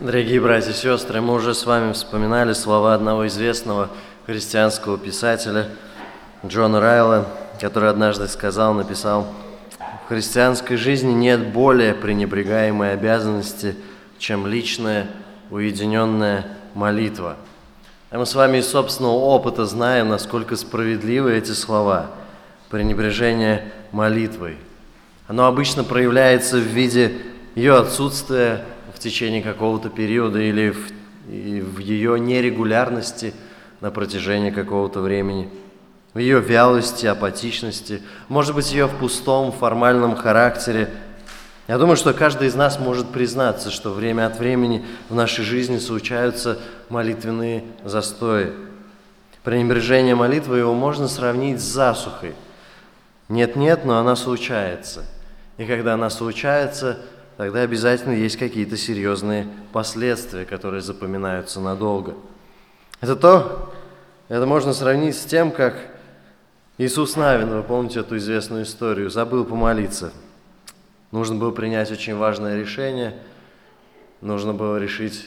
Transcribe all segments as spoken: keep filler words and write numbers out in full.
Дорогие братья и сестры, мы уже с вами вспоминали слова одного известного христианского писателя Джона Райла, который однажды сказал, написал: «В христианской жизни нет более пренебрегаемой обязанности, чем личная, уединенная молитва». А мы с вами из собственного опыта знаем, насколько справедливы эти слова. Пренебрежение молитвой. Оно обычно проявляется в виде ее отсутствия в течение какого-то периода или в, в ее нерегулярности на протяжении какого-то времени, в ее вялости, апатичности, может быть, ее в пустом, формальном характере. Я думаю, что каждый из нас может признаться, что время от времени в нашей жизни случаются молитвенные застои. Пренебрежение молитвой его можно сравнить с засухой. Нет-нет, но она случается. И когда она случается, тогда обязательно есть какие-то серьезные последствия, которые запоминаются надолго. Это то, это можно сравнить с тем, как Иисус Навин, вы помните эту известную историю, забыл помолиться. Нужно было принять очень важное решение, нужно было решить,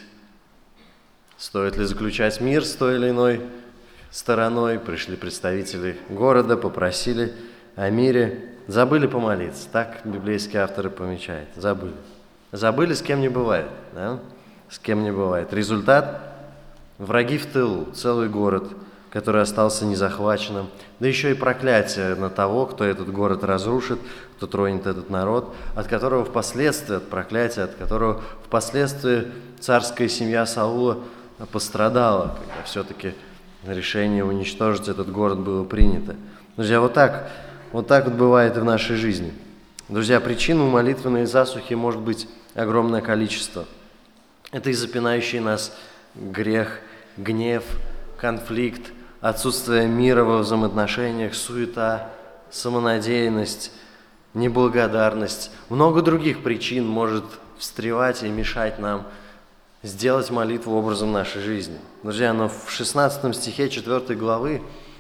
стоит ли заключать мир с той или иной стороной. Пришли представители города, попросили о мире. Забыли помолиться, так библейские авторы помечают, забыли. Забыли, с кем не бывает, да? С кем не бывает. Результат – враги в тылу, целый город, который остался незахваченным, да еще и проклятие на того, кто этот город разрушит, кто тронет этот народ, от которого впоследствии, от проклятия, от которого впоследствии царская семья Саула пострадала, когда все-таки решение уничтожить этот город было принято. Друзья, вот так Вот так вот бывает и в нашей жизни. Друзья, причин у молитвенной засухи может быть огромное количество. Это и запинающий нас грех, гнев, конфликт, отсутствие мира во взаимоотношениях, суета, самонадеянность, неблагодарность. Много других причин может встревать и мешать нам сделать молитву образом нашей жизни. Друзья, но в шестнадцатом стихе четвёртой главы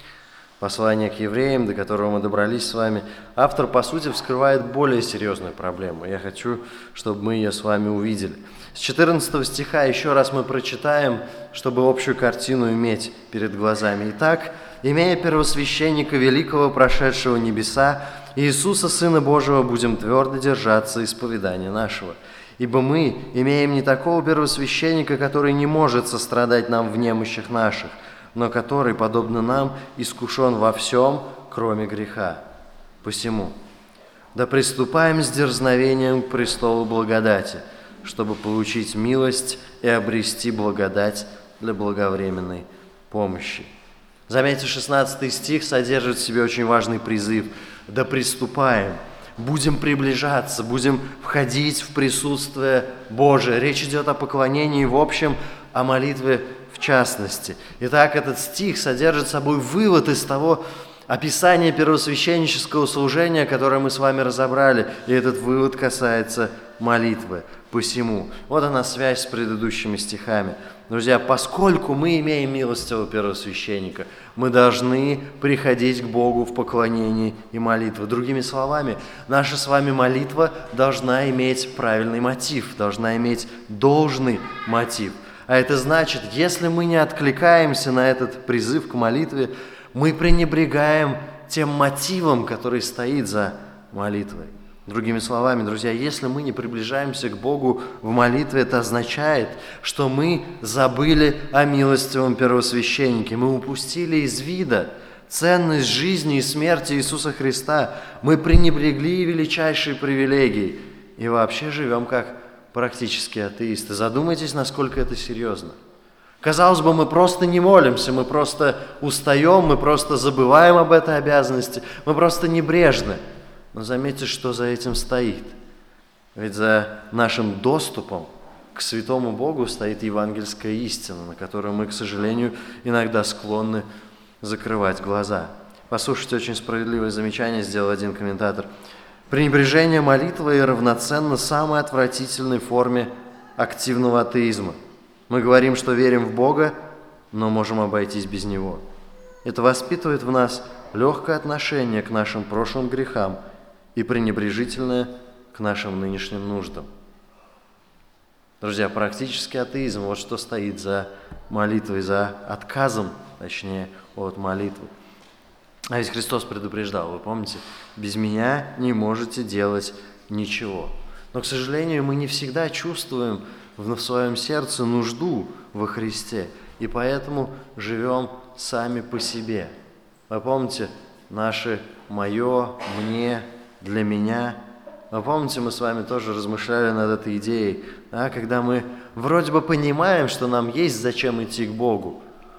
послание к евреям, до которого мы добрались с вами, автор, по сути, вскрывает более серьезную проблему. Я хочу, чтобы мы ее с вами увидели. С четырнадцатого стиха еще раз мы прочитаем, чтобы общую картину иметь перед глазами. «Итак, имея первосвященника великого, прошедшего небеса, Иисуса, Сына Божьего, будем твердо держаться исповедания нашего. Ибо мы имеем не такого первосвященника, который не может сострадать нам в немощах наших, но который, подобно нам, искушен во всем, кроме греха. Посему, да приступаем с дерзновением к престолу благодати, чтобы получить милость и обрести благодать для благовременной помощи». Заметьте, шестнадцатый стих содержит в себе очень важный призыв. Да приступаем, будем приближаться, будем входить в присутствие Божие. Речь идет о поклонении в общем, о молитве в частности. Итак, этот стих содержит собой вывод из того описания первосвященнического служения, которое мы с вами разобрали, и этот вывод касается молитвы. Посему, вот она связь с предыдущими стихами. Друзья, поскольку мы имеем милостивого первосвященника, мы должны приходить к Богу в поклонении и молитве. Другими словами, наша с вами молитва должна иметь правильный мотив, должна иметь должный мотив. А это значит, если мы не откликаемся на этот призыв к молитве, мы пренебрегаем тем мотивом, который стоит за молитвой. Другими словами, друзья, если мы не приближаемся к Богу в молитве, это означает, что мы забыли о милостивом первосвященнике, мы упустили из вида ценность жизни и смерти Иисуса Христа, мы пренебрегли величайшей привилегией и вообще живем как практически атеисты. Задумайтесь, насколько это серьезно. Казалось бы, мы просто не молимся, мы просто устаем, мы просто забываем об этой обязанности, мы просто небрежны. Но заметьте, что за этим стоит. Ведь за нашим доступом к святому Богу стоит евангельская истина, на которую мы, к сожалению, иногда склонны закрывать глаза. Послушайте, очень справедливое замечание сделал один комментатор. Пренебрежение молитвой равноценно самой отвратительной форме активного атеизма. Мы говорим, что верим в Бога, но можем обойтись без Него. Это воспитывает в нас легкое отношение к нашим прошлым грехам и пренебрежительное к нашим нынешним нуждам. Друзья, практический атеизм, вот что стоит за молитвой, за отказом, точнее, от молитвы. А ведь Христос предупреждал, вы помните, без меня не можете делать ничего. Но, к сожалению, мы не всегда чувствуем в своем сердце нужду во Христе, и поэтому живем сами по себе. Вы помните, наше «моё», «мне», «для меня». Вы помните, мы с вами тоже размышляли над этой идеей, да, когда мы вроде бы понимаем, что нам есть зачем идти к Богу,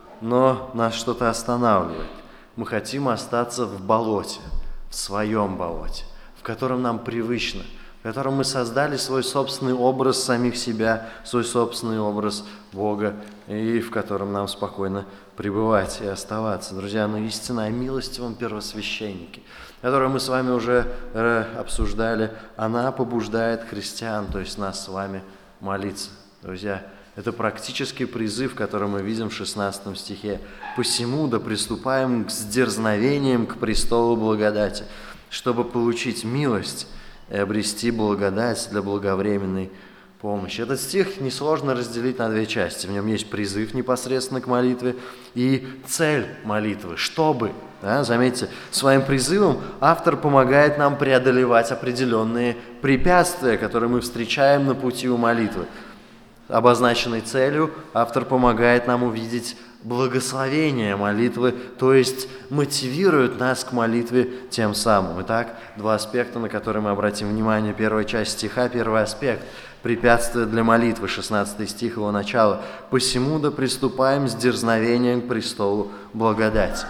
но нас что-то останавливает. Мы хотим остаться в болоте, в своем болоте, в котором нам привычно, в котором мы создали свой собственный образ самих себя, свой собственный образ Бога, и в котором нам спокойно пребывать и оставаться. Друзья, но истина о милостивом первосвященнике, которую мы с вами уже обсуждали, она побуждает христиан, то есть нас с вами, молиться. Друзья, это практический призыв, который мы видим в шестнадцатом стихе. «Посему да приступаем с дерзновением к престолу благодати, чтобы получить милость и обрести благодать для благовременной помощи». Этот стих несложно разделить на две части. В нем есть призыв непосредственно к молитве и цель молитвы, чтобы. Да, заметьте, своим призывом автор помогает нам преодолевать определенные препятствия, которые мы встречаем на пути у молитвы. Обозначенной целью автор помогает нам увидеть благословение молитвы, то есть мотивирует нас к молитве тем самым. Итак, два аспекта, на которые мы обратим внимание. Первая часть стиха, первый аспект – препятствие для молитвы, шестнадцатый стих, его начало. «Посему да приступаем с дерзновением к престолу благодати».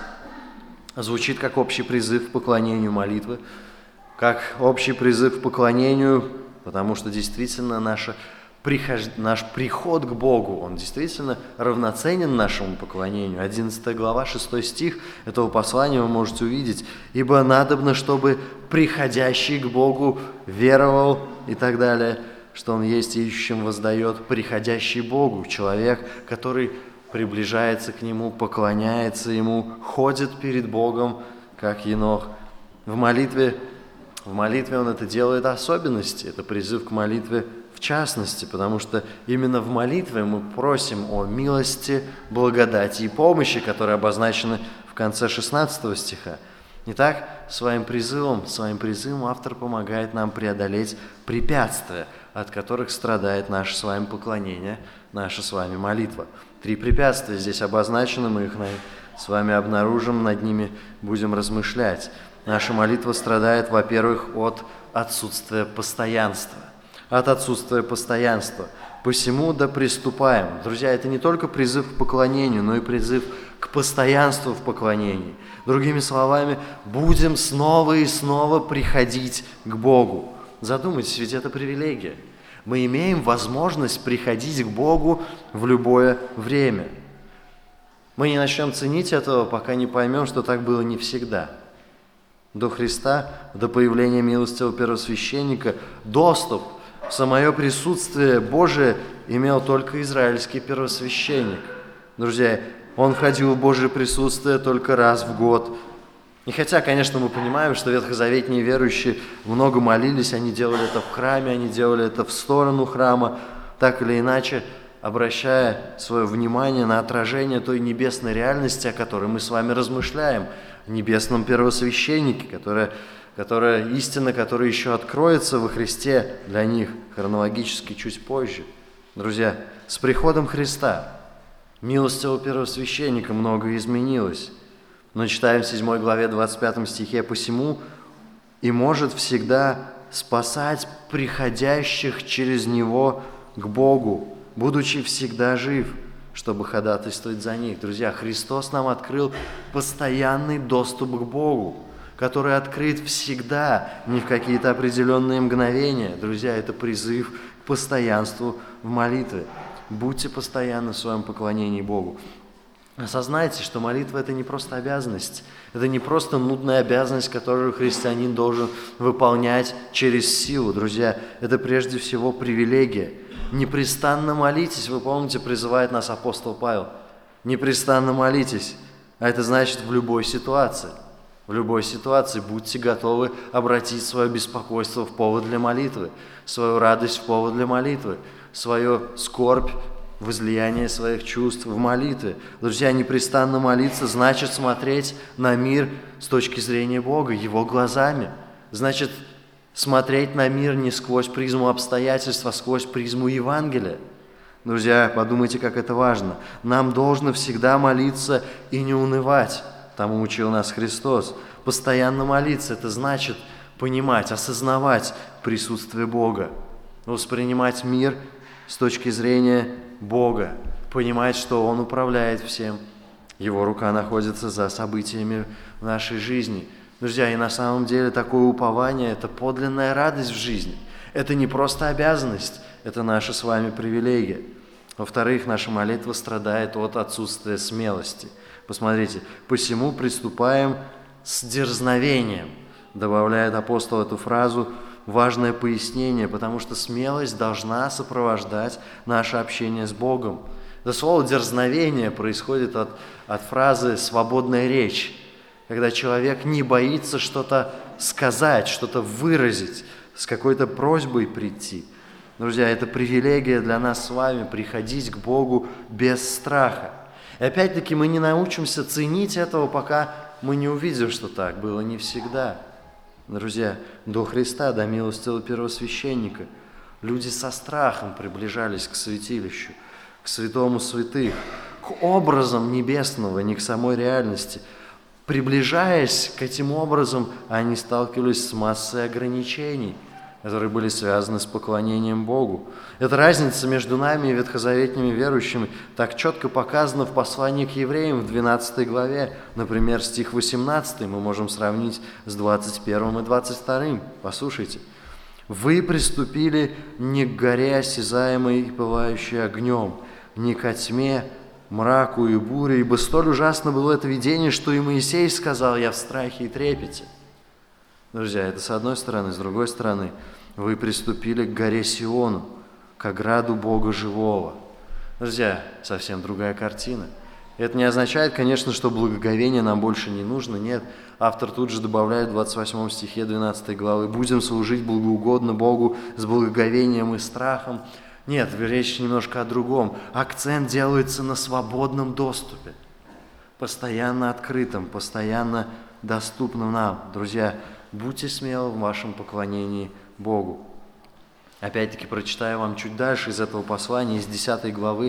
Звучит как общий призыв к поклонению молитвы, как общий призыв к поклонению, потому что действительно наша Прихож... наш приход к Богу, он действительно равноценен нашему поклонению. одиннадцатая глава, шестой стих этого послания вы можете увидеть. «Ибо надобно, чтобы приходящий к Богу веровал» и так далее, что он есть ищущим воздает, приходящий Богу, человек, который приближается к Нему, поклоняется Ему, ходит перед Богом, как Енох. В молитве, в молитве он это делает особенности, это призыв к молитве в частности, потому что именно в молитве мы просим о милости, благодати и помощи, которые обозначены в конце шестнадцатого стиха. Итак, своим призывом, своим призывом автор помогает нам преодолеть препятствия, от которых страдает наше с вами поклонение, наша с вами молитва. Три препятствия здесь обозначены, мы их с вами обнаружим, над ними будем размышлять. Наша молитва страдает, во-первых, от отсутствия постоянства. От отсутствия постоянства. «Посему да приступаем». Друзья, это не только призыв к поклонению, но и призыв к постоянству в поклонении. Другими словами, будем снова и снова приходить к Богу. Задумайтесь, ведь это привилегия. Мы имеем возможность приходить к Богу в любое время. Мы не начнем ценить этого, пока не поймем, что так было не всегда. До Христа, до появления милостивого первосвященника, доступ в самое присутствие Божие имел только израильский первосвященник. Друзья, он ходил в Божие присутствие только раз в год. И хотя, конечно, мы понимаем, что ветхозаветные верующие много молились, они делали это в храме, они делали это в сторону храма, так или иначе, обращая свое внимание на отражение той небесной реальности, о которой мы с вами размышляем, небесном первосвященнике, которая, которая истина, которая еще откроется во Христе для них хронологически чуть позже. Друзья, с приходом Христа, милостивого первосвященника, многое изменилось. Но читаем в седьмой главе двадцать пятом стихе: «Посему и может всегда спасать приходящих через Него к Богу, будучи всегда жив, чтобы ходатайствовать за них». Друзья, Христос нам открыл постоянный доступ к Богу, который открыт всегда, не в какие-то определенные мгновения. Друзья, это призыв к постоянству в молитве. Будьте постоянны в своем поклонении Богу. Осознайте, что молитва – это не просто обязанность, это не просто нудная обязанность, которую христианин должен выполнять через силу. Друзья, это прежде всего привилегия. Непрестанно молитесь, вы помните, призывает нас апостол Павел. Непрестанно молитесь, а это значит в любой ситуации. В любой ситуации будьте готовы обратить свое беспокойство в повод для молитвы, свою радость в повод для молитвы, свою скорбь, в излияние своих чувств, в молитве. Друзья, непрестанно молиться значит смотреть на мир с точки зрения Бога, Его глазами. Значит, смотреть на мир не сквозь призму обстоятельств, а сквозь призму Евангелия. Друзья, подумайте, как это важно. Нам должно всегда молиться и не унывать. Тому учил нас Христос. Постоянно молиться – это значит понимать, осознавать присутствие Бога, воспринимать мир с точки зрения Бога, понимать, что Он управляет всем. Его рука находится за событиями в нашей жизни. Друзья, и на самом деле такое упование – это подлинная радость в жизни. Это не просто обязанность, это наша с вами привилегия. Во-вторых, наша молитва страдает от отсутствия смелости. Посмотрите, «посему приступаем с дерзновением», добавляет апостол эту фразу, важное пояснение, потому что смелость должна сопровождать наше общение с Богом. Это слово «дерзновение» происходит от, от фразы «свободная речь», когда человек не боится что-то сказать, что-то выразить, с какой-то просьбой прийти. Друзья, это привилегия для нас с вами приходить к Богу без страха. И опять-таки мы не научимся ценить этого, пока мы не увидим, что так было не всегда. Друзья, до Христа, до милостивого первосвященника, люди со страхом приближались к святилищу, к святому святых, к образам небесного, не к самой реальности. Приближаясь к этим образам, они сталкивались с массой ограничений, которые были связаны с поклонением Богу. Эта разница между нами и ветхозаветными верующими так четко показана в послании к евреям в двенадцатой главе. Например, стих восемнадцатый мы можем сравнить с двадцать первым и двадцать вторым. Послушайте. «Вы приступили не к горе, осязаемой и пылающей огнем, не ко тьме, мраку и буре, ибо столь ужасно было это видение, что и Моисей сказал: я в страхе и трепете». Друзья, это с одной стороны. С другой стороны, вы приступили к горе Сиону, к ограду Бога живого. Друзья, совсем другая картина. Это не означает, конечно, что благоговение нам больше не нужно. Нет, автор тут же добавляет в двадцать восьмом стихе двенадцатой главы: «Будем служить благоугодно Богу с благоговением и страхом». Нет, речь немножко о другом. Акцент делается на свободном доступе, постоянно открытом, постоянно доступном нам. Друзья, будьте смелы в вашем поклонении Богу. Опять-таки прочитаю вам чуть дальше из этого послания, из десятой главы,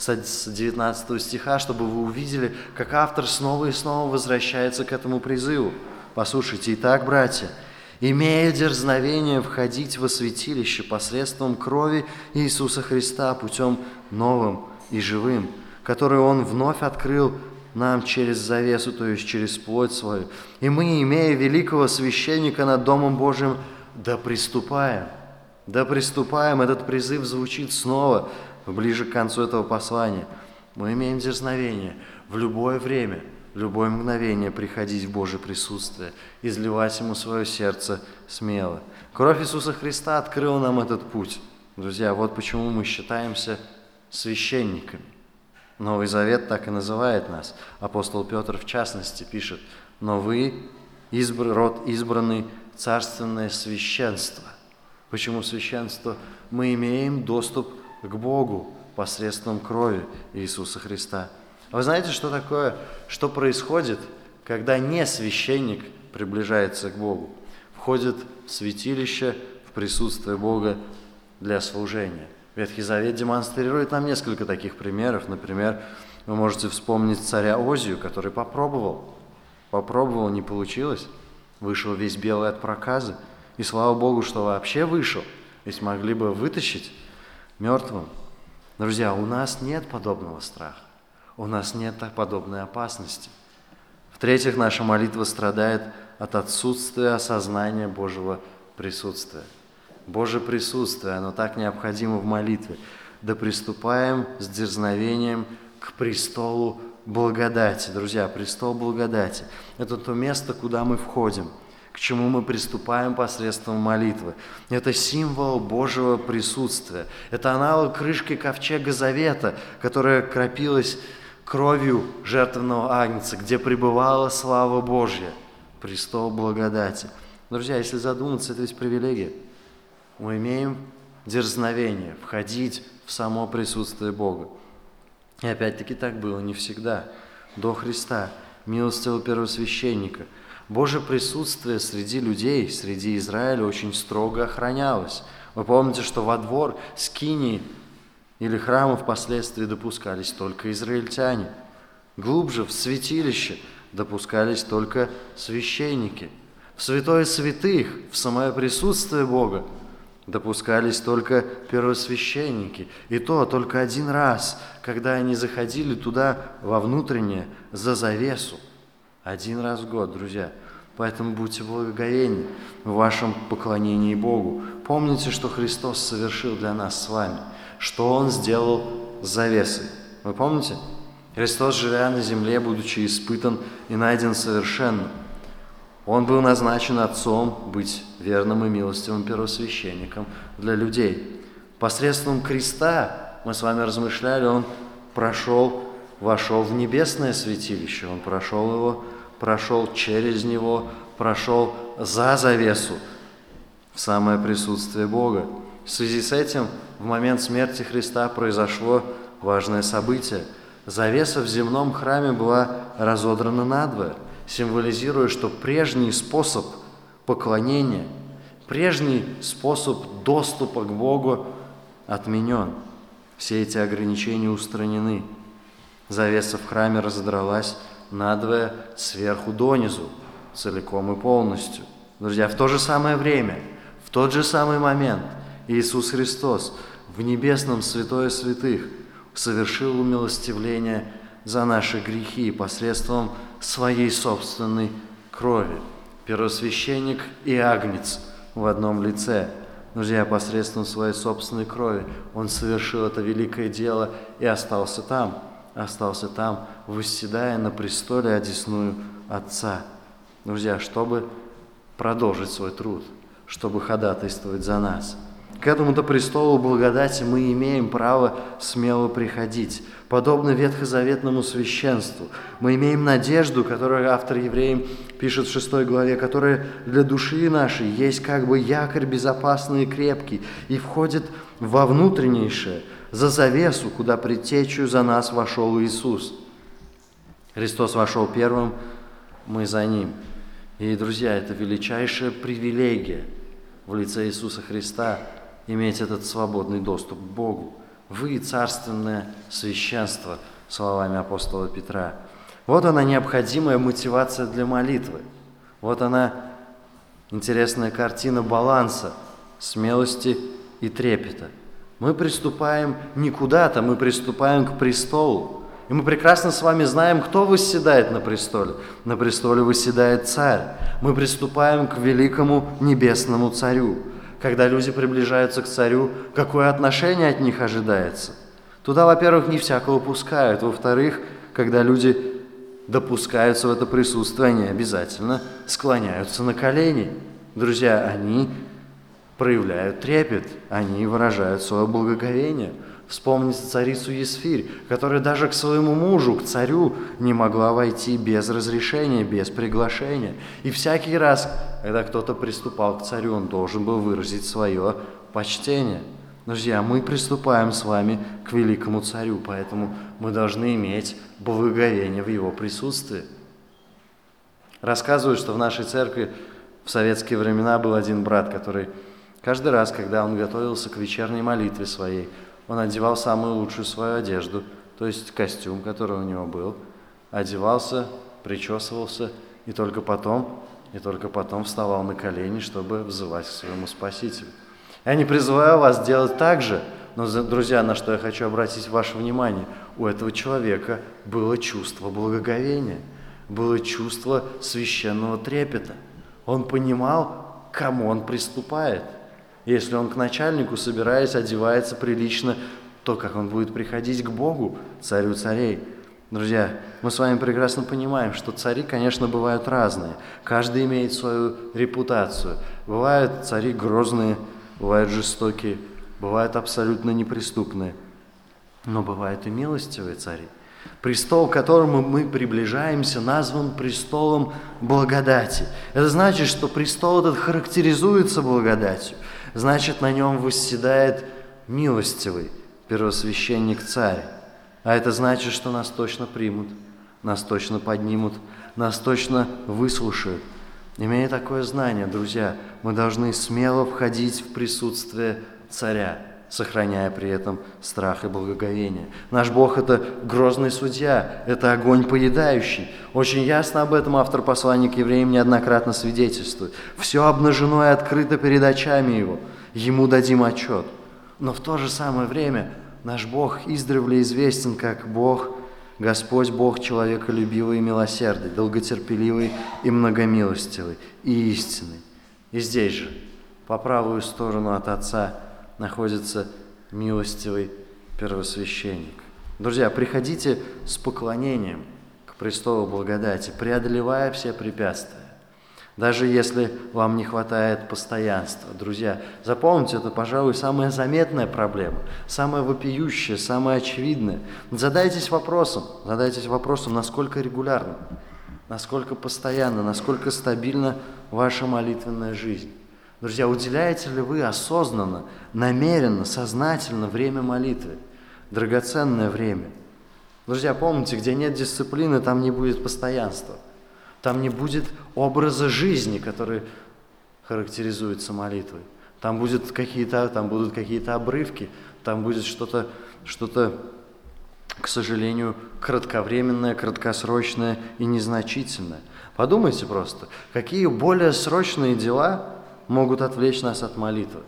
с девятнадцатого стиха, чтобы вы увидели, как автор снова и снова возвращается к этому призыву. Послушайте: «Итак, братья, имея дерзновение входить во святилище посредством крови Иисуса Христа путем новым и живым, который Он вновь открыл нам через завесу, то есть через плоть свою. И мы, имея великого священника над Домом Божиим, да приступаем». Да приступаем, этот призыв звучит снова, ближе к концу этого послания. Мы имеем дерзновение в любое время, в любое мгновение приходить в Божье присутствие, изливать Ему свое сердце смело. Кровь Иисуса Христа открыла нам этот путь. Друзья, вот почему мы считаемся священниками. Новый Завет так и называет нас. Апостол Петр, в частности, пишет: «Но вы, избр, род избранный, царственное священство». Почему священство? Мы имеем доступ к Богу посредством крови Иисуса Христа. А вы знаете, что такое, что происходит, когда не священник приближается к Богу? Входит в святилище, в присутствие Бога для служения. Ветхий Завет демонстрирует нам несколько таких примеров. Например, вы можете вспомнить царя Озию, который попробовал. Попробовал, не получилось. Вышел весь белый от проказы. И слава Богу, что вообще вышел, ведь могли бы вытащить мертвым. Друзья, у нас нет подобного страха, у нас нет подобной опасности. В-третьих, наша молитва страдает от отсутствия осознания Божьего присутствия. Божье присутствие, оно так необходимо в молитве. Да приступаем с дерзновением к престолу благодати. Друзья, престол благодати – это то место, куда мы входим, к чему мы приступаем посредством молитвы. Это символ Божьего присутствия. Это аналог крышки ковчега Завета, которая кропилась кровью жертвенного агнца, где пребывала слава Божья, престол благодати. Друзья, если задуматься, это ведь привилегия. Мы имеем дерзновение входить в само присутствие Бога. И опять-таки так было не всегда. До Христа, милостивого первосвященника, Божье присутствие среди людей, среди Израиля очень строго охранялось. Вы помните, что во двор скинии или храма впоследствии допускались только израильтяне. Глубже, в святилище, допускались только священники. В святое святых, в самое присутствие Бога, допускались только первосвященники. И то только один раз, когда они заходили туда, во внутреннее, за завесу. Один раз в год, друзья. Поэтому будьте благоговейны в вашем поклонении Богу. Помните, что Христос совершил для нас с вами, что Он сделал с завесой. Вы помните? Христос, живя на земле, будучи испытан и найден совершенным, Он был назначен Отцом быть верным и милостивым первосвященником для людей. Посредством креста, мы с вами размышляли, Он прошел, вошел в небесное святилище, Он прошел его, прошел через него, прошел за завесу в самое присутствие Бога. В связи с этим в момент смерти Христа произошло важное событие. Завеса в земном храме была разодрана надвое, символизируя, что прежний способ поклонения, прежний способ доступа к Богу отменен. Все эти ограничения устранены. Завеса в храме разодралась надвое сверху донизу, целиком и полностью. Друзья, в то же самое время, в тот же самый момент Иисус Христос в небесном святое святых совершил умилостивление за наши грехи посредством своей собственной крови. Первосвященник и агнец в одном лице. Друзья, посредством своей собственной крови Он совершил это великое дело и остался там, остался там, восседая на престоле одесную Отца. Друзья, чтобы продолжить свой труд, чтобы ходатайствовать за нас. К этому-то престолу благодати мы имеем право смело приходить. Подобно ветхозаветному священству, мы имеем надежду, которую автор Евреям пишет в шестой главе, которая для души нашей есть как бы якорь безопасный и крепкий, и входит во внутреннейшее, за завесу, куда предтечью за нас вошел Иисус. Христос вошел первым, мы за Ним. И, друзья, это величайшая привилегия в лице Иисуса Христа иметь этот свободный доступ к Богу. Вы царственное священство, словами апостола Петра. Вот она необходимая мотивация для молитвы. Вот она интересная картина баланса, смелости и трепета. Мы приступаем не куда-то, мы приступаем к престолу. И мы прекрасно с вами знаем, кто восседает на престоле. На престоле восседает Царь. Мы приступаем к великому небесному Царю. Когда люди приближаются к Царю, какое отношение от них ожидается? Туда, во-первых, не всякого пускают. Во-вторых, когда люди допускаются в это присутствие, они обязательно склоняются на колени. Друзья, они проявляют трепет, они выражают свое благоговение. Вспомните царицу Есфирь, которая даже к своему мужу, к царю, не могла войти без разрешения, без приглашения. И всякий раз, когда кто-то приступал к царю, он должен был выразить свое почтение. Друзья, мы приступаем с вами к великому царю, поэтому мы должны иметь благоговение в его присутствии. Рассказывают, что в нашей церкви в советские времена был один брат, который каждый раз, когда он готовился к вечерней молитве своей, он одевал самую лучшую свою одежду, то есть костюм, который у него был, одевался, причесывался, и только потом, и только потом вставал на колени, чтобы взывать к своему Спасителю. Я не призываю вас делать так же, но, друзья, на что я хочу обратить ваше внимание, у этого человека было чувство благоговения, было чувство священного трепета. Он понимал, к кому он приступает. Если он к начальнику, собираясь, одевается прилично, то как он будет приходить к Богу, царю царей? Друзья, мы с вами прекрасно понимаем, что цари, конечно, бывают разные. Каждый имеет свою репутацию. Бывают цари грозные, бывают жестокие, бывают абсолютно неприступные. Но бывают и милостивые цари. Престол, к которому мы приближаемся, назван престолом благодати. Это значит, что престол этот характеризуется благодатью. значит, на нем восседает милостивый первосвященник-царь. А это значит, что нас точно примут, нас точно поднимут, нас точно выслушают. Имея такое знание, друзья, мы должны смело входить в присутствие царя, сохраняя при этом страх и благоговение. Наш Бог – это грозный судья, это огонь поедающий. Очень ясно об этом автор послания к евреям неоднократно свидетельствует. Все обнажено и открыто перед очами Его, Ему дадим отчет. Но в то же самое время наш Бог издревле известен как Бог, Господь Бог человеколюбивый и милосердный, долготерпеливый и многомилостивый, и истинный. И здесь же, по правую сторону от Отца, находится милостивый первосвященник. Друзья, приходите с поклонением к престолу благодати, преодолевая все препятствия. Даже если вам не хватает постоянства. Друзья, запомните, это, пожалуй, самая заметная проблема, самая вопиющая, самая очевидная. Задайтесь вопросом, задайтесь вопросом, насколько регулярно, насколько постоянно, насколько стабильна ваша молитвенная жизнь. Друзья, уделяете ли вы осознанно, намеренно, сознательно время молитвы? Драгоценное время. Друзья, помните, где нет дисциплины, там не будет постоянства. Там не будет образа жизни, который характеризуется молитвой. Там, будет какие-то, там будут какие-то обрывки, там будет что-то, что-то, к сожалению, кратковременное, краткосрочное и незначительное. Подумайте просто, какие более срочные дела могут отвлечь нас от молитвы.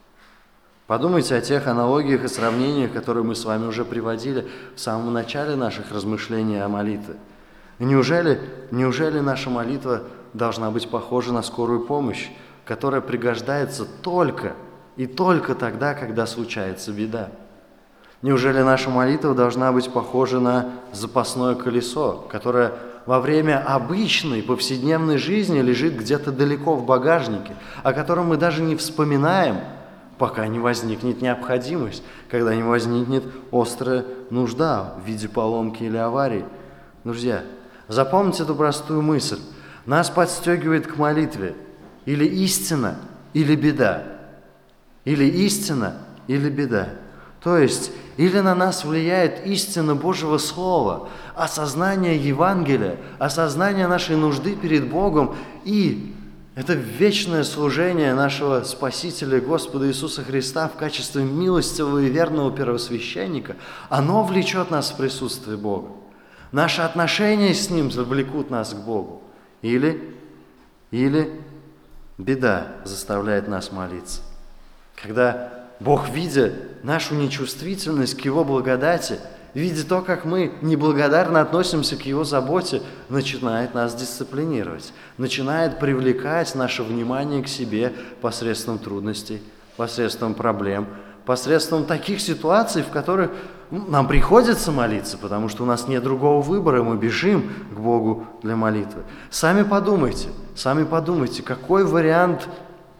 Подумайте о тех аналогиях и сравнениях, которые мы с вами уже приводили в самом начале наших размышлений о молитве. Неужели, неужели наша молитва должна быть похожа на скорую помощь, которая пригождается только и только тогда, когда случается беда? Неужели наша молитва должна быть похожа на запасное колесо, которое во время обычной повседневной жизни лежит где-то далеко в багажнике, о котором мы даже не вспоминаем, пока не возникнет необходимость, когда не возникнет острая нужда в виде поломки или аварии? Друзья, запомните эту простую мысль. Нас подстегивает к молитве или истина, или беда. Или истина, или беда. То есть, или на нас влияет истина Божьего Слова, осознание Евангелия, осознание нашей нужды перед Богом, и это вечное служение нашего Спасителя Господа Иисуса Христа в качестве милостивого и верного первосвященника, оно влечет нас в присутствие Бога. Наши отношения с Ним завлекут нас к Богу. Или, или беда заставляет нас молиться. Когда Бог, видя нашу нечувствительность к Его благодати, видя то, как мы неблагодарно относимся к Его заботе, начинает нас дисциплинировать, начинает привлекать наше внимание к себе посредством трудностей, посредством проблем, посредством таких ситуаций, в которых нам приходится молиться, потому что у нас нет другого выбора, и мы бежим к Богу для молитвы. Сами подумайте, сами подумайте, какой вариант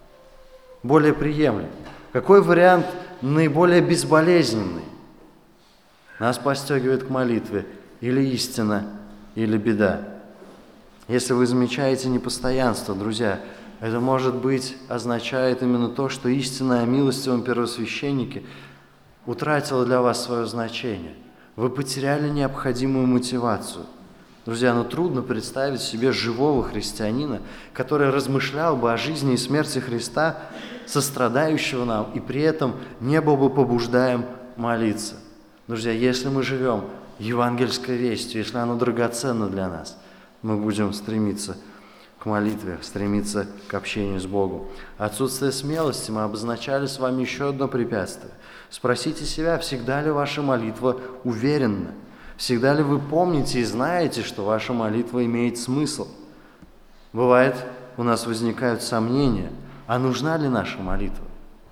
более приемлем, какой вариант наиболее безболезненный. Нас подстегивает к молитве или истина, или беда. Если вы замечаете непостоянство, друзья, это, может быть, означает именно то, что истина о милостивом первосвященнике утратила для вас свое значение. Вы потеряли необходимую мотивацию. Друзья, ну трудно представить себе живого христианина, который размышлял бы о жизни и смерти Христа, сострадающего нам, и при этом не был бы побуждаем молиться. Друзья, если мы живем евангельской вестью, если оно драгоценно для нас, мы будем стремиться к молитве, стремиться к общению с Богом. Отсутствие смелости мы обозначали с вами еще одно препятствие. Спросите себя, всегда ли ваша молитва уверенна? Всегда ли вы помните и знаете, что ваша молитва имеет смысл? Бывает, у нас возникают сомнения, а нужна ли наша молитва?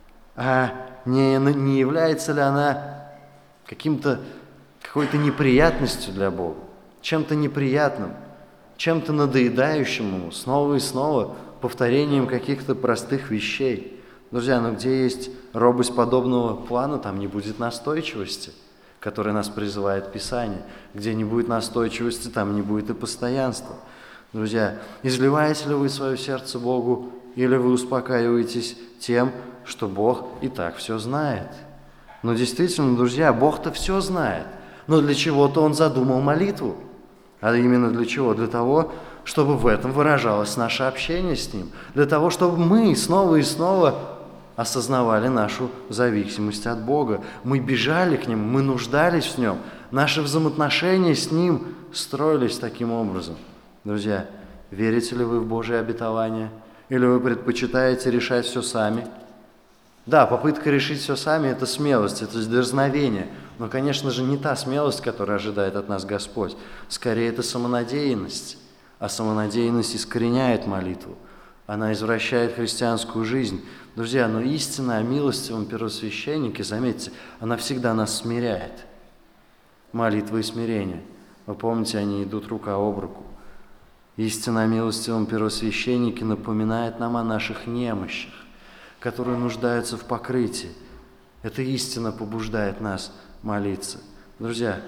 А не, не является ли она каким-то, какой-то неприятностью для Бога, чем-то неприятным, чем-то надоедающим Ему, снова и снова повторением каких-то простых вещей. Друзья, ну где есть робость подобного плана, там не будет настойчивости, которой нас призывает Писание. Где не будет настойчивости, там не будет и постоянства. Друзья, изливаете ли вы свое сердце Богу или вы успокаиваетесь тем, что Бог и так все знает? Но действительно, друзья, Бог-то все знает, но для чего-то Он задумал молитву. А именно для чего? Для того, чтобы в этом выражалось наше общение с Ним, для того, чтобы мы снова и снова осознавали нашу зависимость от Бога. Мы бежали к Нему, мы нуждались в Нем, наши взаимоотношения с Ним строились таким образом. Друзья, верите ли вы в Божие обетование? Или вы предпочитаете решать все сами? Да, попытка решить все сами – это смелость, это дерзновение. Но, конечно же, не та смелость, которую ожидает от нас Господь. Скорее, это самонадеянность. А самонадеянность искореняет молитву. Она извращает христианскую жизнь. Друзья, но истина о милостивом первосвященнике, заметьте, она всегда нас смиряет. Молитва и смирение. Вы помните, они идут рука об руку. Истина о милостивом первосвященнике напоминает нам о наших немощах, которые нуждаются в покрытии. Эта истина побуждает нас молиться. Друзья,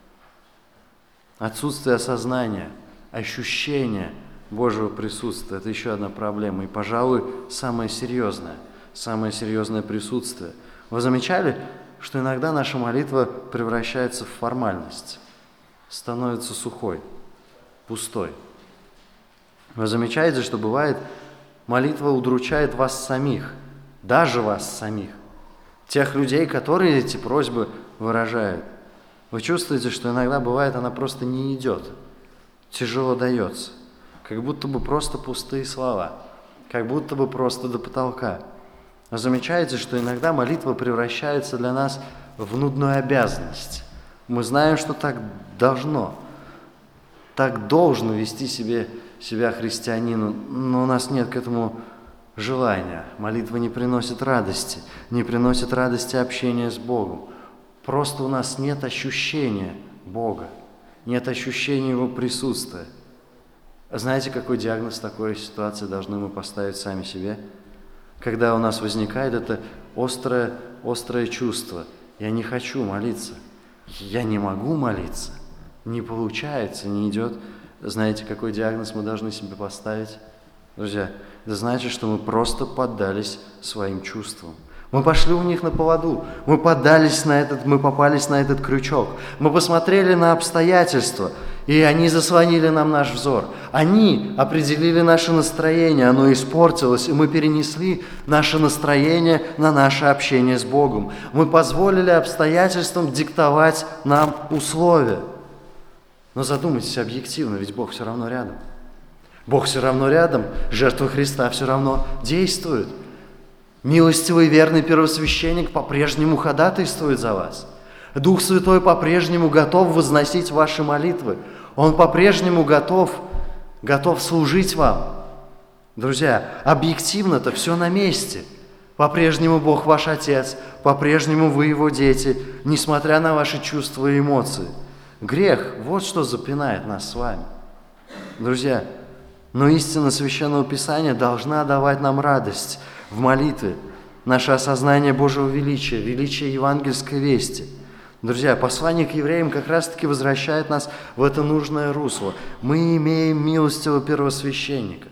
отсутствие осознания, ощущения Божьего присутствия – это еще одна проблема. И, пожалуй, самое серьезное, самое серьезное присутствие. Вы замечали, что иногда наша молитва превращается в формальность, становится сухой, пустой? Вы замечаете, что бывает, молитва удручает вас самих, даже вас самих, тех людей, которые эти просьбы выражают. Вы чувствуете, что иногда бывает, она просто не идет, тяжело дается, как будто бы просто пустые слова, как будто бы просто до потолка. Вы замечаете, что иногда молитва превращается для нас в нудную обязанность. Мы знаем, что так должно, так должно вести себе, себя христианину, но у нас нет к этому желания. Молитва не приносит радости, не приносит радости общения с Богом. Просто у нас нет ощущения Бога, нет ощущения Его присутствия. Знаете, какой диагноз в такой ситуации должны мы поставить сами себе? Когда у нас возникает это острое, острое чувство. Я не хочу молиться, я не могу молиться, не получается, не идет. Знаете, какой диагноз мы должны себе поставить? Друзья, это значит, что мы просто поддались своим чувствам. Мы пошли у них на поводу, мы поддались на этот, мы попались на этот крючок. Мы посмотрели на обстоятельства, и они заслонили нам наш взор. Они определили наше настроение, оно испортилось, и мы перенесли наше настроение на наше общение с Богом. Мы позволили обстоятельствам диктовать нам условия. Но задумайтесь объективно, ведь Бог все равно рядом. Бог все равно рядом, жертва Христа все равно действует. Милостивый и верный первосвященник по-прежнему ходатайствует за вас. Дух Святой по-прежнему готов возносить ваши молитвы. Он по-прежнему готов, готов служить вам. Друзья, объективно-то все на месте. По-прежнему Бог ваш Отец, по-прежнему вы Его дети, несмотря на ваши чувства и эмоции. Грех – вот что запинает нас с вами. Друзья, но истина Священного Писания должна давать нам радость в молитве, наше осознание Божьего величия, величия евангельской вести. Друзья, послание к евреям как раз-таки возвращает нас в это нужное русло. Мы имеем милостивого первосвященника.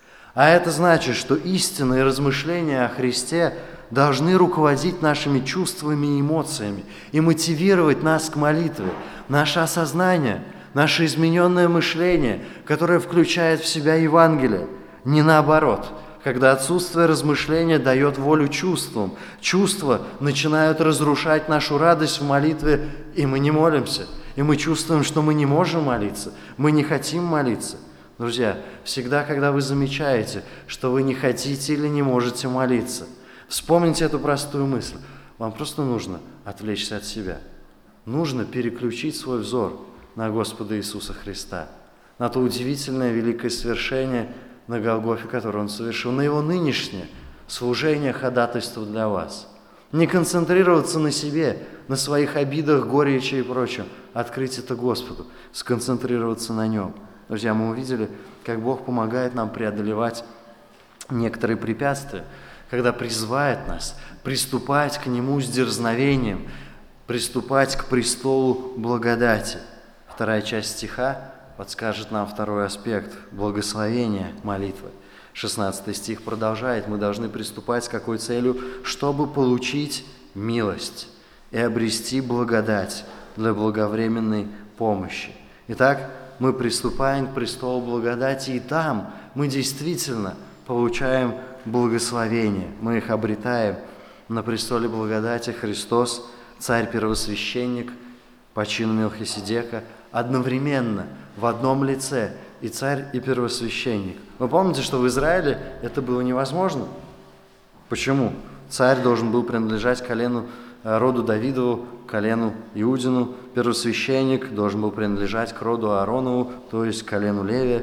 А это значит, что истина и размышления о Христе должны руководить нашими чувствами и эмоциями и мотивировать нас к молитве. Наше осознание, наше измененное мышление, которое включает в себя Евангелие, не наоборот. Когда отсутствие размышления дает волю чувствам, чувства начинают разрушать нашу радость в молитве, и мы не молимся. И мы чувствуем, что мы не можем молиться, мы не хотим молиться. Друзья, всегда, когда вы замечаете, что вы не хотите или не можете молиться, вспомните эту простую мысль. Вам просто нужно отвлечься от себя. Нужно переключить свой взор на Господа Иисуса Христа, на то удивительное великое свершение на Голгофе, которое Он совершил, на Его нынешнее служение ходатайства для вас. Не концентрироваться на себе, на своих обидах, горечи и прочем. Открыть это Господу, сконцентрироваться на Нем. Друзья, мы увидели, как Бог помогает нам преодолевать некоторые препятствия, когда призывает нас приступать к Нему с дерзновением, приступать к престолу благодати. Вторая часть стиха подскажет нам второй аспект благословения молитвы. шестнадцатый стих продолжает: мы должны приступать с какой целью? Чтобы получить милость и обрести благодать для благовременной помощи. Итак, мы приступаем к престолу благодати, и там мы действительно получаем благословения. Мы их обретаем. На престоле благодати Христос, царь-первосвященник по чину Мелхиседека, одновременно в одном лице и царь, и первосвященник. Вы помните, что в Израиле это было невозможно? Почему? Царь должен был принадлежать колену, роду Давидову, колену Иудину, первосвященник должен был принадлежать к роду Ааронову, то есть к колену Левия.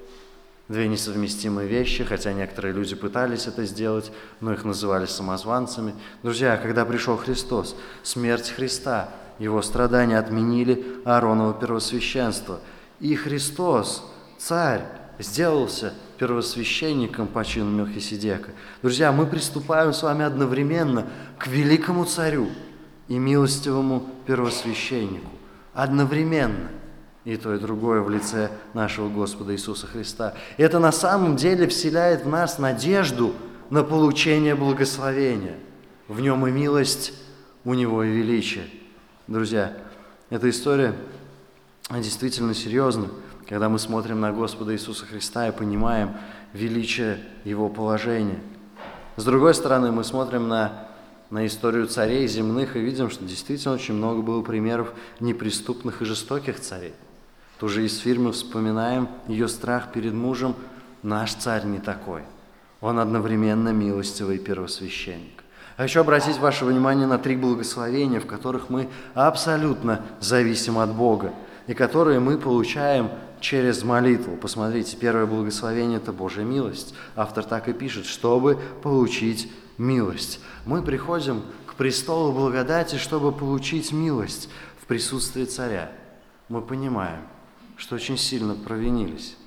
Две несовместимые вещи, хотя некоторые люди пытались это сделать, но их называли самозванцами. Друзья, когда пришел Христос, смерть Христа, Его страдания отменили Аароново первосвященство. И Христос, Царь, сделался первосвященником по чину Мелхиседека. Друзья, мы приступаем с вами одновременно к великому Царю и милостивому первосвященнику. Одновременно. И то, и другое в лице нашего Господа Иисуса Христа. И это на самом деле вселяет в нас надежду на получение благословения. В нем и милость, у него и величие. Друзья, эта история действительно серьезна, когда мы смотрим на Господа Иисуса Христа и понимаем величие Его положения. С другой стороны, мы смотрим на, на историю царей земных и видим, что действительно очень много было примеров неприступных и жестоких царей. Ту же Есфирь мы вспоминаем, ее страх перед мужем. Наш царь не такой. Он одновременно милостивый первосвященник. А еще обратить ваше внимание на три благословения, в которых мы абсолютно зависим от Бога, и которые мы получаем через молитву. Посмотрите, первое благословение – это Божья милость. Автор так и пишет: чтобы получить милость. Мы приходим к престолу благодати, чтобы получить милость в присутствии царя. Мы понимаем, что очень сильно провинились.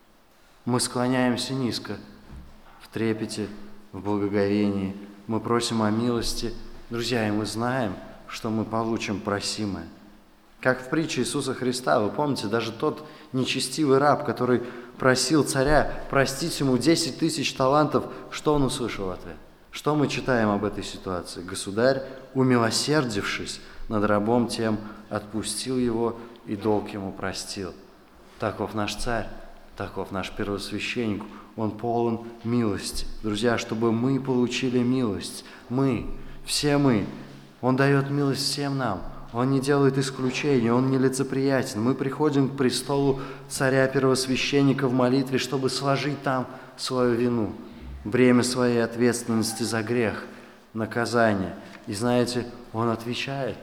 Мы склоняемся низко, в трепете, в благоговении. Мы просим о милости. Друзья, и мы знаем, что мы получим просимое. Как в притче Иисуса Христа, вы помните, даже тот нечестивый раб, который просил царя простить ему десять тысяч талантов, что он услышал в ответ? Что мы читаем об этой ситуации? Государь, умилосердившись над рабом тем, отпустил его и долг ему простил. Таков наш царь, таков наш первосвященник. Он полон милости. Друзья, чтобы мы получили милость, мы, все мы, Он дает милость всем нам. Он не делает исключения, Он нелицеприятен. Мы приходим к престолу царя-первосвященника в молитве, чтобы сложить там свою вину, бремя своей ответственности за грех, наказание. И знаете, Он отвечает.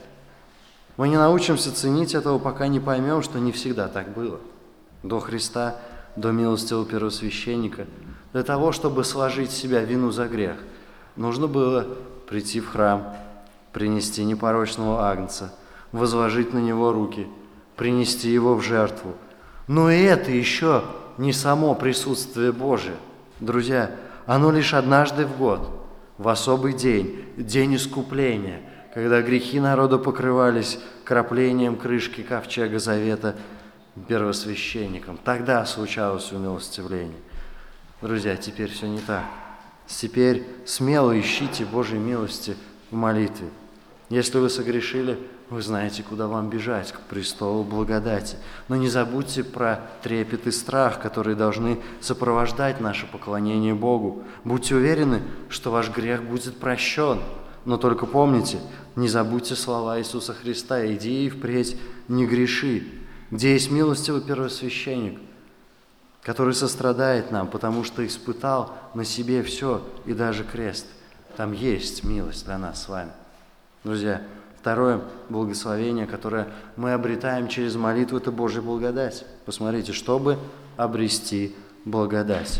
Мы не научимся ценить этого, пока не поймем, что не всегда так было. До Христа, до милостивого первосвященника, для того, чтобы сложить с себя вину за грех, нужно было прийти в храм, принести непорочного агнца, возложить на него руки, принести его в жертву. Но и это еще не само присутствие Божие. Друзья, оно лишь однажды в год, в особый день, день искупления, когда грехи народа покрывались краплением крышки ковчега завета первосвященником. Тогда случалось умилостивление. Друзья, теперь все не так. Теперь смело ищите Божьей милости в молитве. Если вы согрешили, вы знаете, куда вам бежать, к престолу благодати. Но не забудьте про трепет и страх, которые должны сопровождать наше поклонение Богу. Будьте уверены, что ваш грех будет прощен. Но только помните, не забудьте слова Иисуса Христа: «Иди и впредь не греши». Где есть милостивый первосвященник, который сострадает нам, потому что испытал на себе все и даже крест. Там есть милость для нас с вами. Друзья, второе благословение, которое мы обретаем через молитву, это Божья благодать. Посмотрите, чтобы обрести благодать.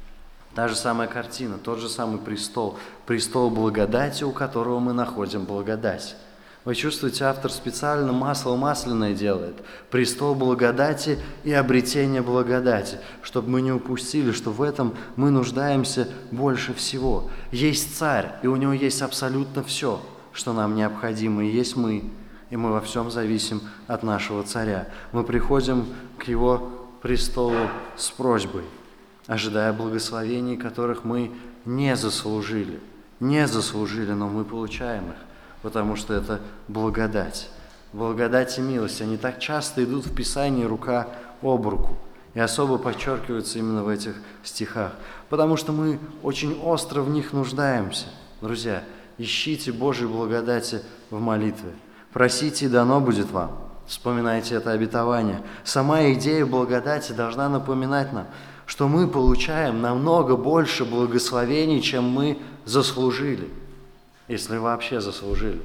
Та же самая картина, тот же самый престол, престол благодати, у которого мы находим благодать. Вы чувствуете, автор специально масло масляное делает. Престол благодати и обретение благодати, чтобы мы не упустили, что в этом мы нуждаемся больше всего. Есть царь, и у него есть абсолютно все, что нам необходимо, и есть мы, и мы во всем зависим от нашего царя. Мы приходим к его престолу с просьбой ожидая благословений, которых мы не заслужили. Не заслужили, но мы получаем их, потому что это благодать. Благодать и милость, они так часто идут в Писании рука об руку. И особо подчеркиваются именно в этих стихах, потому что мы очень остро в них нуждаемся. Друзья, ищите Божьей благодати в молитве. Просите, и дано будет вам. Вспоминайте это обетование. Сама идея благодати должна напоминать нам, что мы получаем намного больше благословений, чем мы заслужили, если вообще заслужили.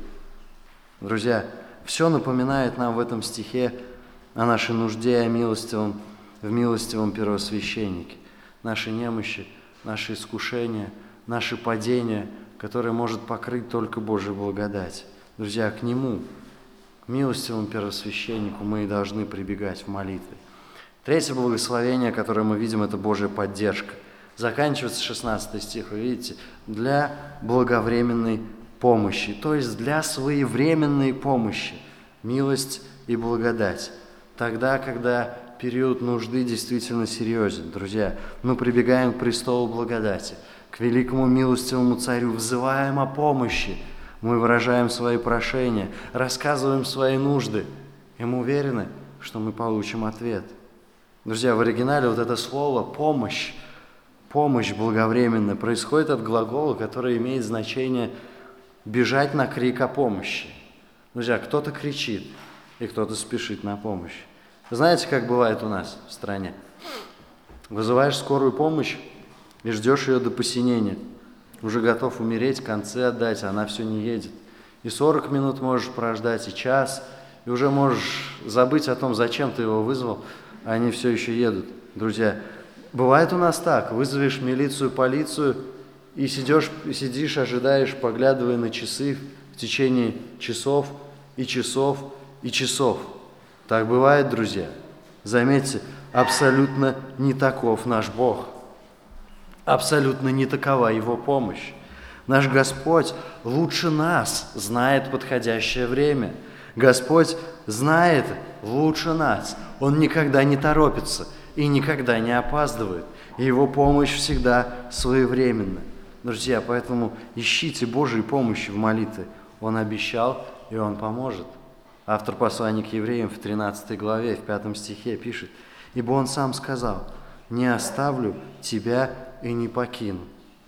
Друзья, все напоминает нам в этом стихе о нашей нужде о милостивом, в милостивом первосвященнике. Наши немощи, наши искушения, наши падения, которые может покрыть только Божья благодать. Друзья, к Нему, к милостивому первосвященнику мы и должны прибегать в молитве. Третье благословение, которое мы видим, это Божья поддержка. Заканчивается шестнадцатый стих, вы видите, для благовременной помощи, то есть для своевременной помощи, милость и благодать. Тогда, когда период нужды действительно серьезен, друзья, мы прибегаем к престолу благодати, к великому милостивому царю, взываем о помощи, мы выражаем свои прошения, рассказываем свои нужды, и мы уверены, что мы получим ответ. Друзья, в оригинале вот это слово «помощь», помощь благовременная происходит от глагола, который имеет значение «бежать на крик о помощи». Друзья, кто-то кричит, и кто-то спешит на помощь. Знаете, как бывает у нас в стране? Вызываешь скорую помощь и ждешь ее до посинения. Уже готов умереть, концы отдать, а она все не едет. И сорок минут можешь прождать, и час, и уже можешь забыть о том, зачем ты его вызвал, а они все еще едут. Друзья, бывает у нас так, вызовешь милицию, полицию, и сидишь, сидишь, ожидаешь, поглядывая на часы в течение часов и часов и часов. Так бывает, друзья. Заметьте, абсолютно не таков наш Бог. Абсолютно не такова Его помощь. Наш Господь лучше нас знает подходящее время. Господь знает лучше нас. Он никогда не торопится и никогда не опаздывает. И Его помощь всегда своевременна. Друзья, поэтому ищите Божьей помощи в молитве. Он обещал, и Он поможет. Автор послания к евреям в тринадцатой главе, в пятом стихе пишет: «Ибо Он сам сказал: не оставлю тебя и не покину».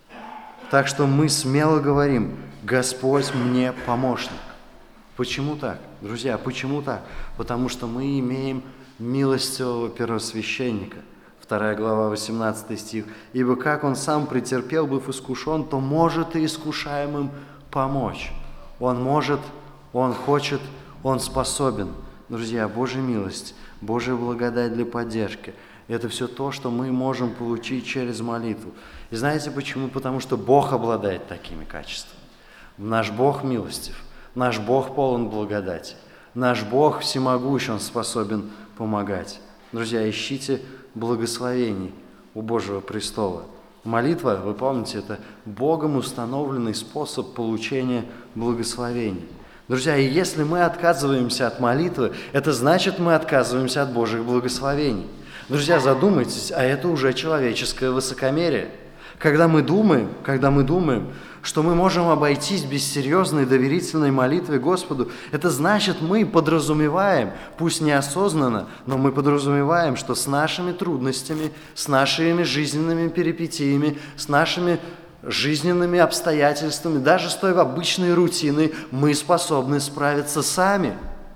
Так что мы смело говорим: Господь мне помощник. Почему так? Друзья, почему так? Потому что мы имеем милостивого первосвященника. Вторая глава, восемнадцатый стих. «Ибо как Он сам претерпел, быв искушен, то может и искушаемым помочь». Он может, Он хочет, Он способен. Друзья, Божья милость, Божья благодать для поддержки – это все то, что мы можем получить через молитву. И знаете почему? Потому что Бог обладает такими качествами. Наш Бог милостив, наш Бог полон благодати, наш Бог всемогущ, Он способен помогать. Друзья, ищите благословений у Божьего престола. Молитва, вы помните, это Богом установленный способ получения благословений. Друзья, и если мы отказываемся от молитвы, это значит, мы отказываемся от Божьих благословений. Друзья, задумайтесь, а это уже человеческое высокомерие. Когда мы думаем, когда мы думаем, что мы можем обойтись без серьезной доверительной молитвы Господу, это значит, мы подразумеваем, пусть неосознанно, но мы подразумеваем, что с нашими трудностями, с нашими жизненными перипетиями, с нашими жизненными обстоятельствами, даже с той обычной рутиной, мы способны справиться сами.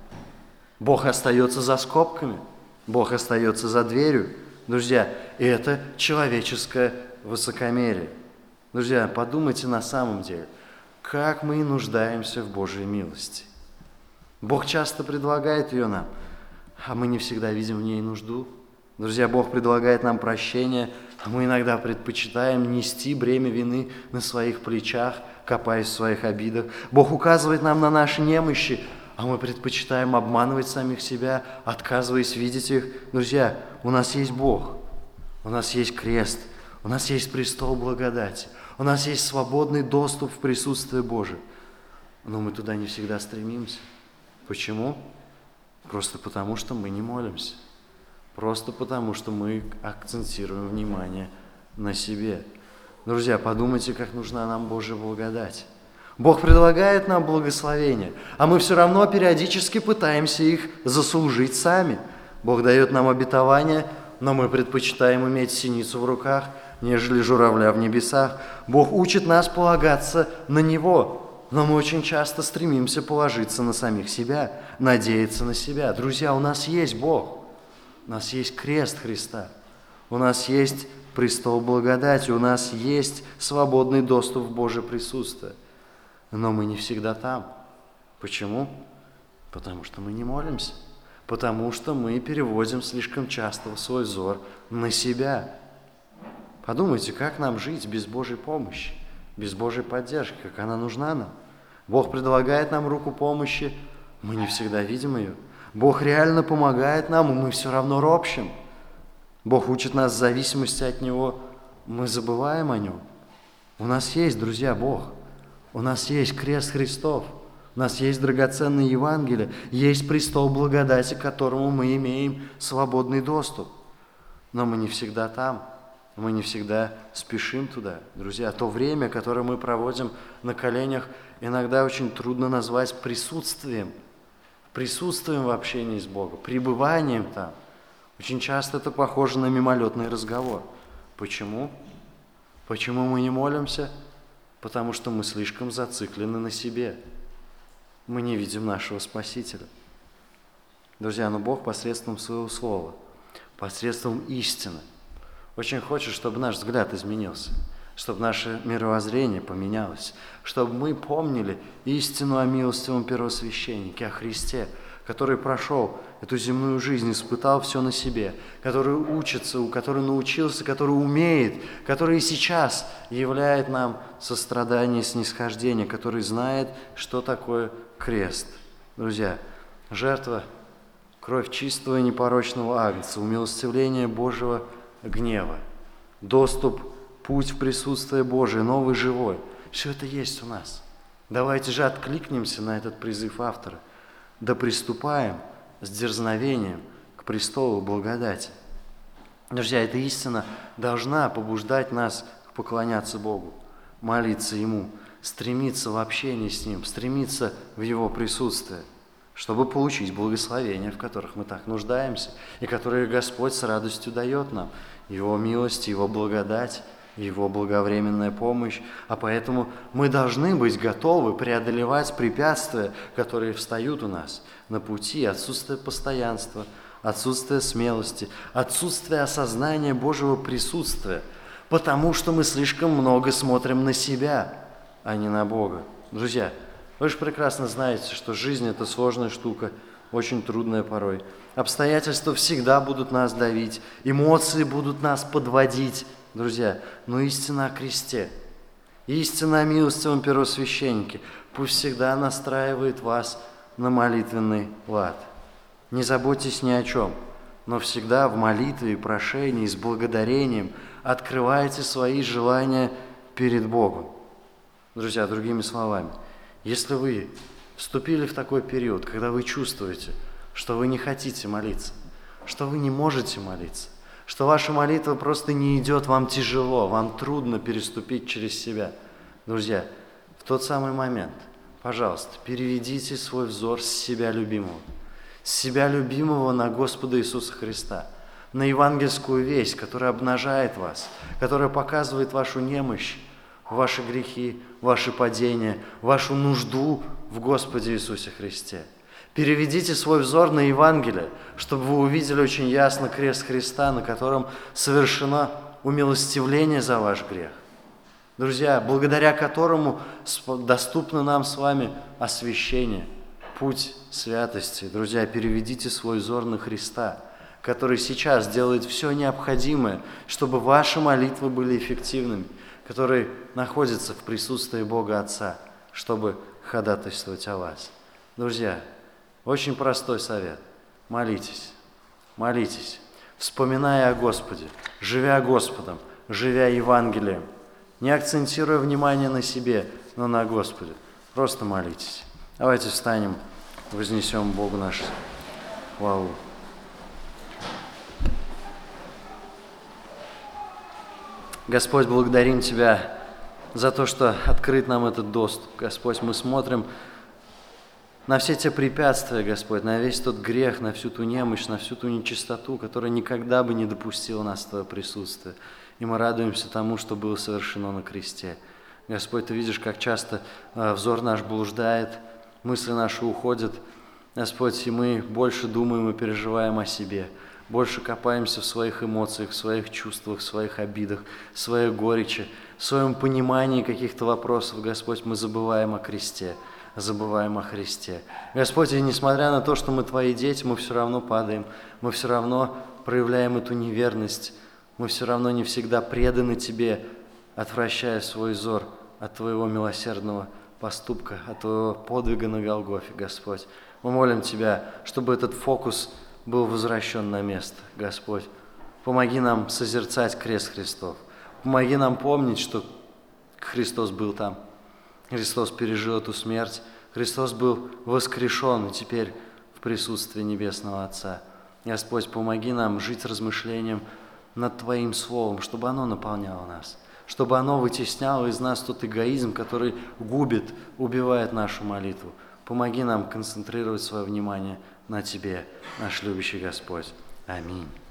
Бог остается за скобками, Бог остается за дверью. Друзья, и это человеческое высокомерие. Друзья, подумайте на самом деле, как мы нуждаемся в Божьей милости. Бог часто предлагает ее нам, а мы не всегда видим в ней нужду. Друзья, Бог предлагает нам прощение, а мы иногда предпочитаем нести бремя вины на своих плечах, копаясь в своих обидах. Бог указывает нам на наши немощи, а мы предпочитаем обманывать самих себя, отказываясь видеть их. Друзья, у нас есть Бог, у нас есть крест, у нас есть престол благодати, у нас есть свободный доступ в присутствие Божие. Но мы туда не всегда стремимся. Почему? Просто потому, что мы не молимся. Просто потому, что мы акцентируем внимание на себе. Друзья, подумайте, как нужна нам Божья благодать. Бог предлагает нам благословения, а мы все равно периодически пытаемся их заслужить сами. Бог дает нам обетование, но мы предпочитаем иметь синицу в руках, нежели журавля в небесах. Бог учит нас полагаться на Него, но мы очень часто стремимся положиться на самих себя, надеяться на себя. Друзья, у нас есть Бог, у нас есть крест Христа, у нас есть престол благодати, у нас есть свободный доступ в Божье присутствие. Но мы не всегда там. Почему? Потому что мы не молимся. Потому что мы переводим слишком часто свой взор на себя. Подумайте, как нам жить без Божьей помощи, без Божьей поддержки, как она нужна нам. Бог предлагает нам руку помощи, мы не всегда видим ее. Бог реально помогает нам, и мы все равно ропщем. Бог учит нас в зависимости от Него, мы забываем о Нем. У нас есть, друзья, Бог. У нас есть крест Христов, у нас есть драгоценное Евангелие, есть престол благодати, к которому мы имеем свободный доступ. Но мы не всегда там, мы не всегда спешим туда. Друзья, то время, которое мы проводим на коленях, иногда очень трудно назвать присутствием, присутствием в общении с Богом, пребыванием там. Очень часто это похоже на мимолетный разговор. Почему? Почему мы не молимся? Потому что мы слишком зациклены на себе. Мы не видим нашего Спасителя. Друзья, но Бог посредством своего слова, посредством истины, очень хочет, чтобы наш взгляд изменился, чтобы наше мировоззрение поменялось, чтобы мы помнили истину о милостивом первосвященнике, о Христе, который прошел эту земную жизнь, испытал все на себе, который учится, который научился, который умеет, который и сейчас являет нам сострадание и снисхождение, который знает, что такое крест. Друзья, жертва, кровь чистого и непорочного агнца, умилостивление Божьего гнева, доступ, путь в присутствие Божие, новый живой, все это есть у нас. Давайте же откликнемся на этот призыв автора. Да приступаем с дерзновением к престолу благодати. Друзья, эта истина должна побуждать нас поклоняться Богу, молиться Ему, стремиться в общении с Ним, стремиться в Его присутствие, чтобы получить благословения, в которых мы так нуждаемся, и которые Господь с радостью дает нам, Его милость, Его благодать, Его благовременная помощь, а поэтому мы должны быть готовы преодолевать препятствия, которые встают у нас на пути, отсутствие постоянства, отсутствие смелости, отсутствие осознания Божьего присутствия, потому что мы слишком много смотрим на себя, а не на Бога. Друзья, вы же прекрасно знаете, что жизнь – это сложная штука, очень трудная порой. Обстоятельства всегда будут нас давить, эмоции будут нас подводить. Друзья, но истина о кресте, истина о милостивом первосвященнике пусть всегда настраивает вас на молитвенный лад. Не заботьтесь ни о чем, но всегда в молитве и прошении с благодарением открывайте свои желания перед Богом. Друзья, другими словами, если вы вступили в такой период, когда вы чувствуете, что вы не хотите молиться, что вы не можете молиться, что ваша молитва просто не идет, вам тяжело, вам трудно переступить через себя. Друзья, в тот самый момент, пожалуйста, переведите свой взор с себя любимого, с себя любимого на Господа Иисуса Христа, на евангельскую весть, которая обнажает вас, которая показывает вашу немощь, ваши грехи, ваши падения, вашу нужду в Господе Иисусе Христе. Переведите свой взор на Евангелие, чтобы вы увидели очень ясно крест Христа, на котором совершено умилостивление за ваш грех. Друзья, благодаря которому доступно нам с вами освящение, путь святости. Друзья, переведите свой взор на Христа, который сейчас делает все необходимое, чтобы ваши молитвы были эффективными, который находится в присутствии Бога Отца, чтобы ходатайствовать о вас. Друзья, очень простой совет. Молитесь, молитесь, вспоминая о Господе, живя Господом, живя Евангелием, не акцентируя внимание на себе, но на Господе. Просто молитесь. Давайте встанем, вознесем Богу нашу хвалу. Господь, благодарим Тебя за то, что открыт нам этот доступ. Господь, мы смотрим на все те препятствия, Господь, на весь тот грех, на всю ту немощь, на всю ту нечистоту, которая никогда бы не допустила нас в Твое присутствие. И мы радуемся тому, что было совершено на кресте. Господь, Ты видишь, как часто э, взор наш блуждает, мысли наши уходят. Господь, и мы больше думаем и переживаем о себе, больше копаемся в своих эмоциях, в своих чувствах, в своих обидах, в своей горечи, в своем понимании каких-то вопросов. Господь, мы забываем о кресте, забываем о Христе. Господь, и несмотря на то, что мы Твои дети, мы все равно падаем, мы все равно проявляем эту неверность, мы все равно не всегда преданы Тебе, отвращая свой взор от Твоего милосердного поступка, от Твоего подвига на Голгофе, Господь. Мы молим Тебя, чтобы этот фокус был возвращен на место, Господь. Помоги нам созерцать крест Христов. Помоги нам помнить, что Христос был там. Христос пережил эту смерть. Христос был воскрешен и теперь в присутствии Небесного Отца. Господь, помоги нам жить размышлением над Твоим Словом, чтобы оно наполняло нас, чтобы оно вытесняло из нас тот эгоизм, который губит, убивает нашу молитву. Помоги нам концентрировать свое внимание на Тебе, наш любящий Господь. Аминь.